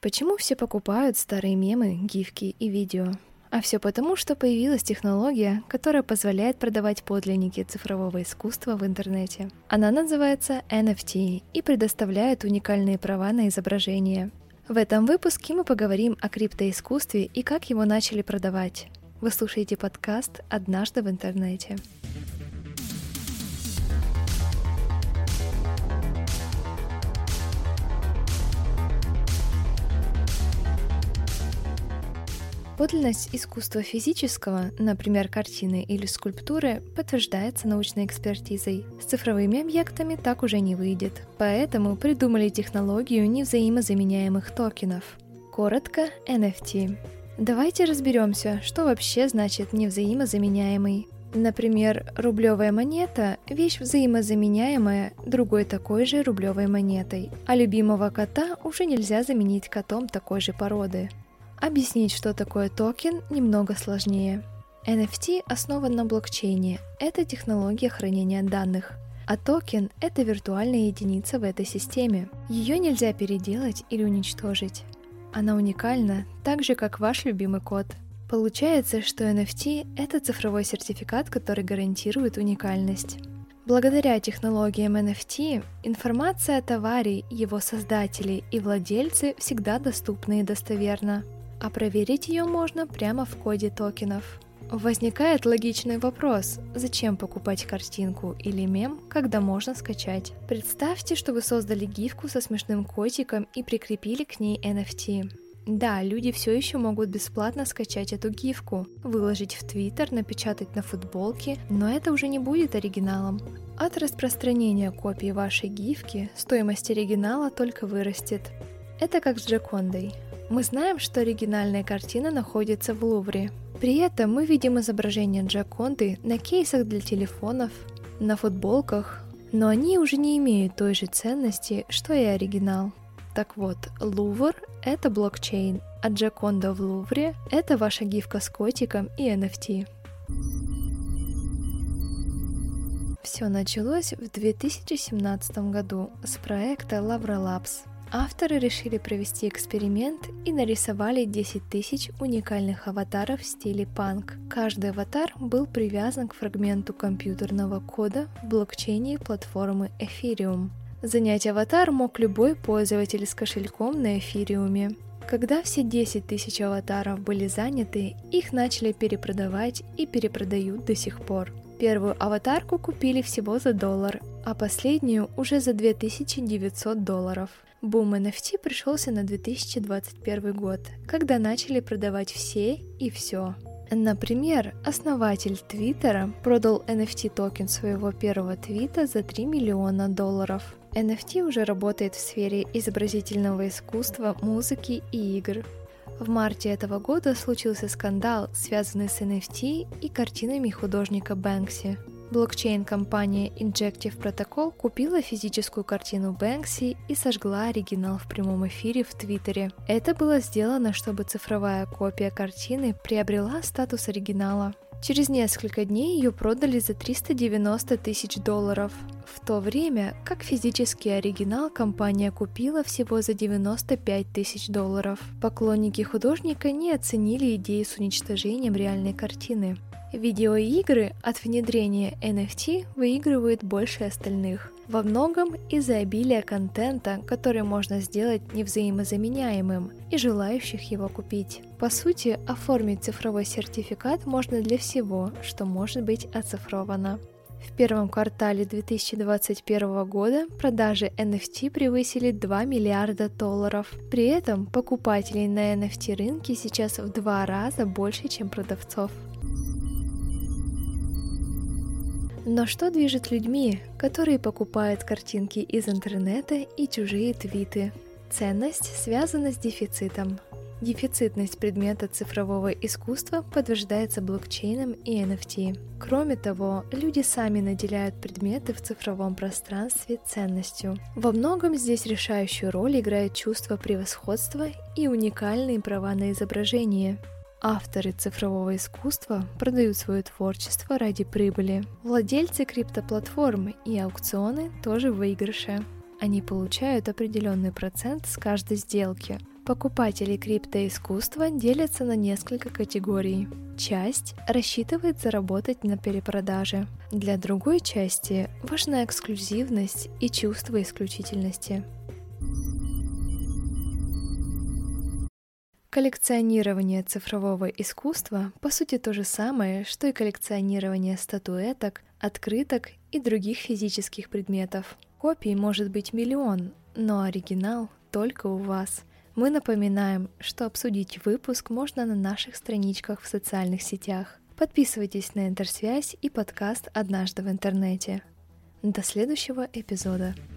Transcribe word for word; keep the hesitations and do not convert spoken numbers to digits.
Почему все покупают старые мемы, гифки и видео? А все потому, что появилась технология, которая позволяет продавать подлинники цифрового искусства в интернете. Она называется эн эф ти и предоставляет уникальные права на изображение. В этом выпуске мы поговорим о криптоискусстве и как его начали продавать. Вы слушаете подкаст «Однажды в интернете». Подлинность искусства физического, например, картины или скульптуры, подтверждается научной экспертизой. С цифровыми объектами так уже не выйдет. Поэтому придумали технологию невзаимозаменяемых токенов. Коротко, эн эф ти. Давайте разберемся, что вообще значит невзаимозаменяемый. Например, рублевая монета – вещь взаимозаменяемая другой такой же рублевой монетой, а любимого кота уже нельзя заменить котом такой же породы. Объяснить, что такое токен, немного сложнее. эн эф ти основан на блокчейне – это технология хранения данных, а токен – это виртуальная единица в этой системе. Ее нельзя переделать или уничтожить. Она уникальна, так же, как ваш любимый код. Получается, что эн эф ти – это цифровой сертификат, который гарантирует уникальность. Благодаря технологиям эн эф ти информация о товаре, его создателе и владельце всегда доступна и достоверна. А проверить ее можно прямо в коде токенов. Возникает логичный вопрос, зачем покупать картинку или мем, когда можно скачать? Представьте, что вы создали гифку со смешным котиком и прикрепили к ней эн эф ти. Да, люди все еще могут бесплатно скачать эту гифку, выложить в Твиттер, напечатать на футболке, но это уже не будет оригиналом. От распространения копии вашей гифки стоимость оригинала только вырастет. Это как с Джокондой. Мы знаем, что оригинальная картина находится в Лувре. При этом мы видим изображение Джоконды на кейсах для телефонов, на футболках, но они уже не имеют той же ценности, что и оригинал. Так вот, Лувр — это блокчейн, а Джоконда в Лувре — это ваша гифка с котиком и эн эф ти. Все началось в две тысячи семнадцатом году с проекта Lavra Labs. Авторы решили провести эксперимент и нарисовали десять тысяч уникальных аватаров в стиле панк. Каждый аватар был привязан к фрагменту компьютерного кода в блокчейне платформы Ethereum. Занять аватар мог любой пользователь с кошельком на эфириуме. Когда все десять тысяч аватаров были заняты, их начали перепродавать и перепродают до сих пор. Первую аватарку купили всего за доллар, а последнюю уже за две тысячи девятьсот долларов. Бум эн эф ти пришелся на две тысячи двадцать первый год, когда начали продавать все и все. Например, основатель Твиттера продал эн эф ти токен своего первого твита за три миллиона долларов. эн эф ти уже работает в сфере изобразительного искусства, музыки и игр. В марте этого года случился скандал, связанный с эн эф ти и картинами художника Бэнкси. Блокчейн-компания Injective Protocol купила физическую картину Бэнкси и сожгла оригинал в прямом эфире в Твиттере. Это было сделано, чтобы цифровая копия картины приобрела статус оригинала. Через несколько дней ее продали за триста девяносто тысяч долларов, в то время как физический оригинал компания купила всего за девяносто пять тысяч долларов. Поклонники художника не оценили идею с уничтожением реальной картины. Видеоигры от внедрения эн эф ти выигрывают больше остальных. Во многом из-за обилия контента, который можно сделать невзаимозаменяемым, и желающих его купить. По сути, оформить цифровой сертификат можно для всего, что может быть оцифровано. В первом квартале две тысячи двадцать первого года продажи эн эф ти превысили два миллиарда долларов. При этом покупателей на эн эф ти рынке сейчас в два раза больше, чем продавцов. Но что движет людьми, которые покупают картинки из интернета и чужие твиты? Ценность связана с дефицитом. Дефицитность предмета цифрового искусства подтверждается блокчейном и эн эф ти. Кроме того, люди сами наделяют предметы в цифровом пространстве ценностью. Во многом здесь решающую роль играет чувство превосходства и уникальные права на изображение. Авторы цифрового искусства продают свое творчество ради прибыли. Владельцы криптоплатформы и аукционы тоже в выигрыше. Они получают определенный процент с каждой сделки. Покупатели криптоискусства делятся на несколько категорий. Часть рассчитывает заработать на перепродаже. Для другой части важна эксклюзивность и чувство исключительности. Коллекционирование цифрового искусства по сути то же самое, что и коллекционирование статуэток, открыток и других физических предметов. Копий может быть миллион, но оригинал только у вас. Мы напоминаем, что обсудить выпуск можно на наших страничках в социальных сетях. Подписывайтесь на Интерсвязь и подкаст «Однажды в интернете». До следующего эпизода.